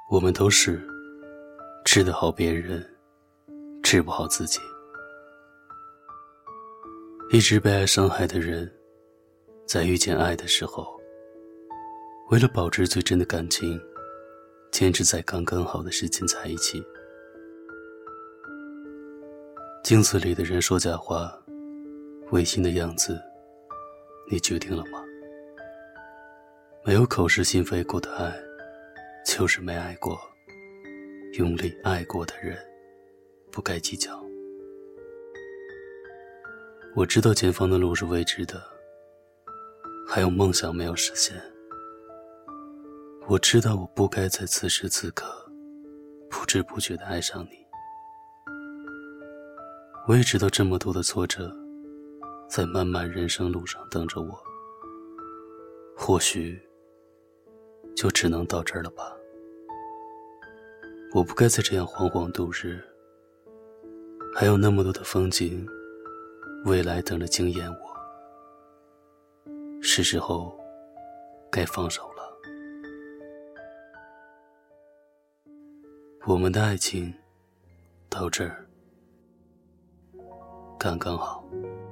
我们都是治得好别人，治不好自己。一直被爱伤害的人，在遇见爱的时候，为了保持最真的感情，坚持在刚刚好的时间在一起。镜子里的人说假话，违心的样子，你决定了吗？没有口是心非过的爱，就是没爱过。用力爱过的人，不该计较。我知道前方的路是未知的，还有梦想没有实现。我知道我不该在此时此刻不知不觉地爱上你。我也知道这么多的挫折在漫漫人生路上等着我，或许就只能到这儿了吧。我不该再这样惶惶度日，还有那么多的风景未来等着惊艳我。是时候该放手了。我们的爱情到这儿刚刚好。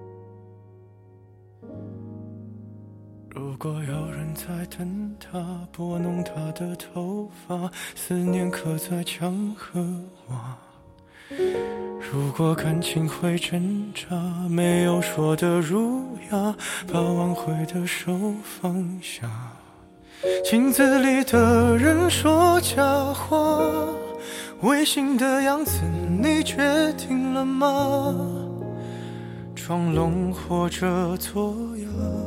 如果有人在等他，拨弄他的头发，思念刻在墙和瓦。如果感情会挣扎，没有说的儒雅，把挽回的手放下。镜子里的人说假话，违心的样子你决定了吗？装聋或者作哑，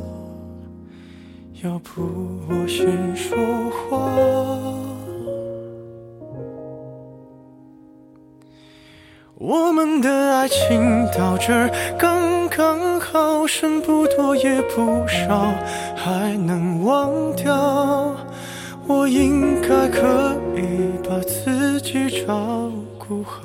要不我先说话。我们的爱情到这儿刚刚好，剩不多也不少，还能忘掉。我应该可以把自己照顾好。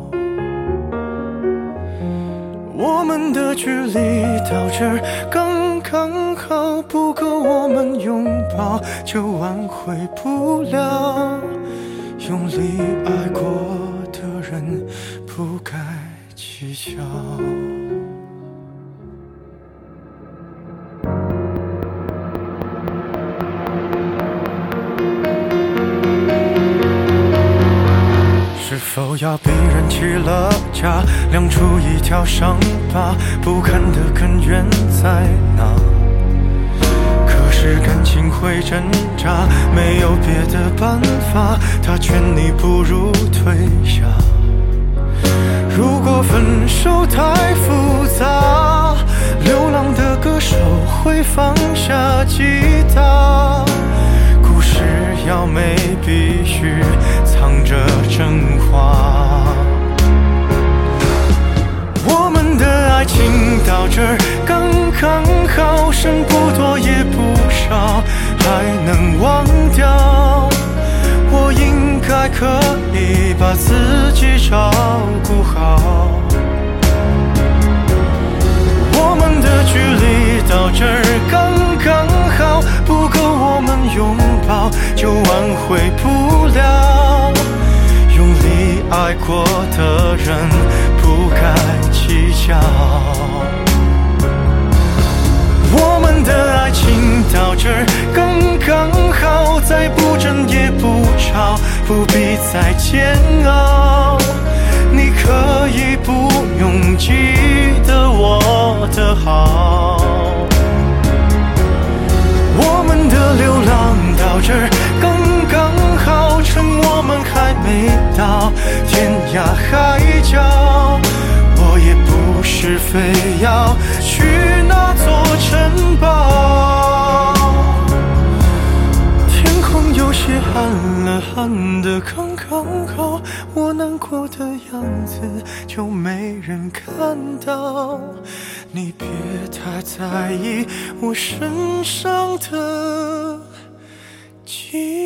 我们的距离到这儿刚刚好，不够我们拥抱，就挽回不了。用力爱过的人，不该计较。是否要逼人起了家，亮出一条伤疤，不堪的根源在哪？可是感情会挣扎，没有别的办法，他劝你不如退下。如果分手太复杂，流浪的歌手会放下吉他。故事要美必须藏着真话。我们的爱情到这儿刚刚好，剩不多也不少，还能忘掉。我应该可以把自己照顾好。我们的距离到这儿刚刚好，不够我们拥抱，就挽回不了。用力爱过的人，不该计较。我们的爱情到这儿刚刚好，再不争也不吵，不必再煎熬。你可以不用记得我的好。我们的流浪到这儿刚刚好，趁我们还没到天涯海角。我也不是非要去那座城堡。天空有些暗了，暗得刚刚好，我难过的样子就没人看到。你别太在意我身上的记忆。